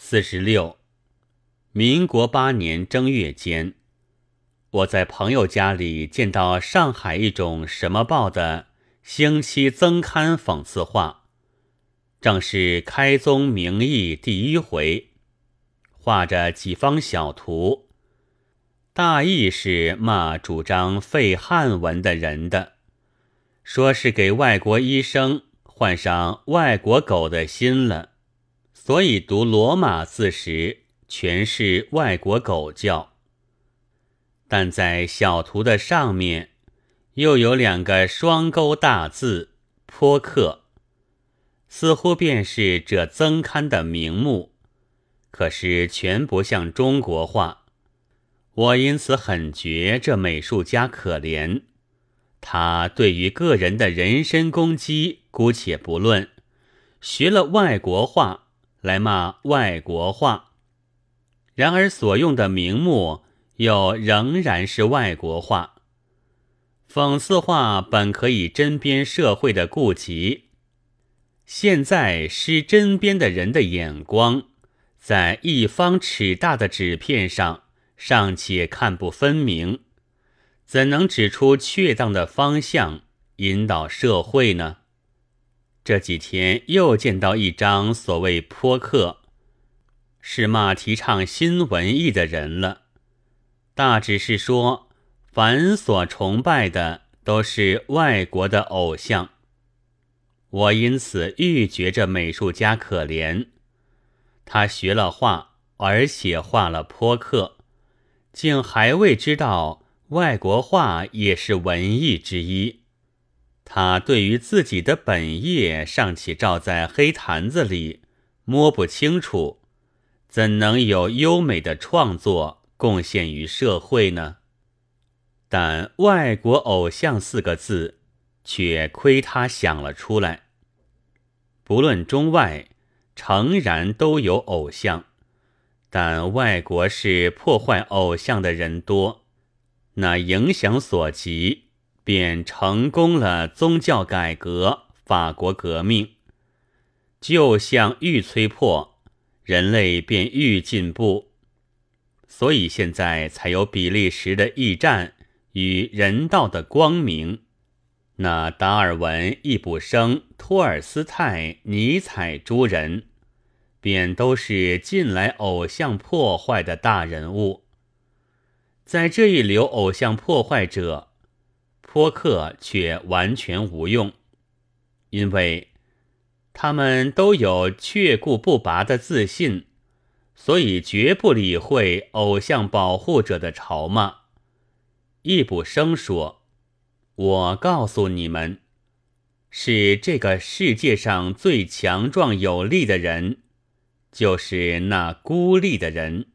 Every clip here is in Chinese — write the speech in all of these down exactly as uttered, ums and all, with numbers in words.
四十六，民国八年正月间，我在朋友家里见到上海一种什么报的星期增刊讽刺画，正是开宗明义第一回，画着几方小图，大意是骂主张废汉文的人的，说是给外国医生换上外国狗的心了，所以读罗马字时全是外国狗叫。但在小图的上面又有两个双钩大字颇克，似乎便是这增刊的名目，可是全不像中国画。我因此很觉这美术家可怜，他对于个人的人身攻击姑且不论，学了外国画来骂外国画，然而所用的名目又仍然是外国画。讽刺画本可以针砭社会的顾及，现在施针砭的人的眼光在一方尺大的纸片上尚且看不分明，怎能指出确当的方向引导社会呢？这几天又见到一张所谓颇克，是骂提倡新文艺的人了，大致是说凡所崇拜的都是外国的偶像。我因此愈觉着美术家可怜，他学了画，而且画了颇克，竟还未知道外国画也是文艺之一。他对于自己的本业尚且照在黑坛子里摸不清楚，怎能有优美的创作贡献于社会呢？但外国偶像四个字却亏他想了出来。不论中外，诚然都有偶像，但外国是破坏偶像的人多，那影响所及，便成功了宗教改革、法国革命。旧相愈摧破，人类便愈进步，所以现在才有比利时的驿站与人道的光明。那达尔文、易卜生、托尔斯泰、尼采诸人，便都是近来偶像破坏的大人物。在这一流偶像破坏者，颇克却完全无用，因为他们都有确固不拔的自信，所以绝不理会偶像保护者的嘲骂。易卜生说，我告诉你们，是这个世界上最强壮有力的人，就是那孤立的人。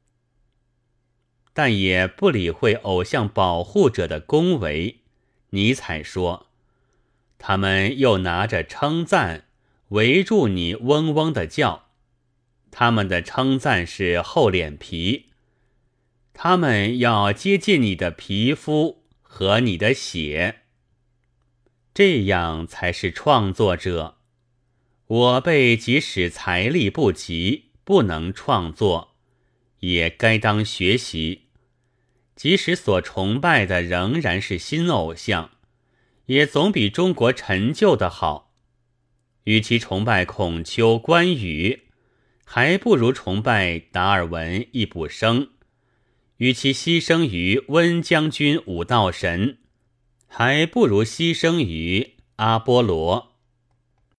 但也不理会偶像保护者的恭维。尼采说，他们又拿着称赞围住你嗡嗡的叫，他们的称赞是厚脸皮，他们要接近你的皮肤和你的血，这样才是创作者。我辈即使财力不及，不能创作，也该当学习。即使所崇拜的仍然是新偶像，也总比中国陈旧的好。与其崇拜孔丘、关羽，还不如崇拜达尔文、易卜生；与其牺牲于温将军武道神，还不如牺牲于阿波罗。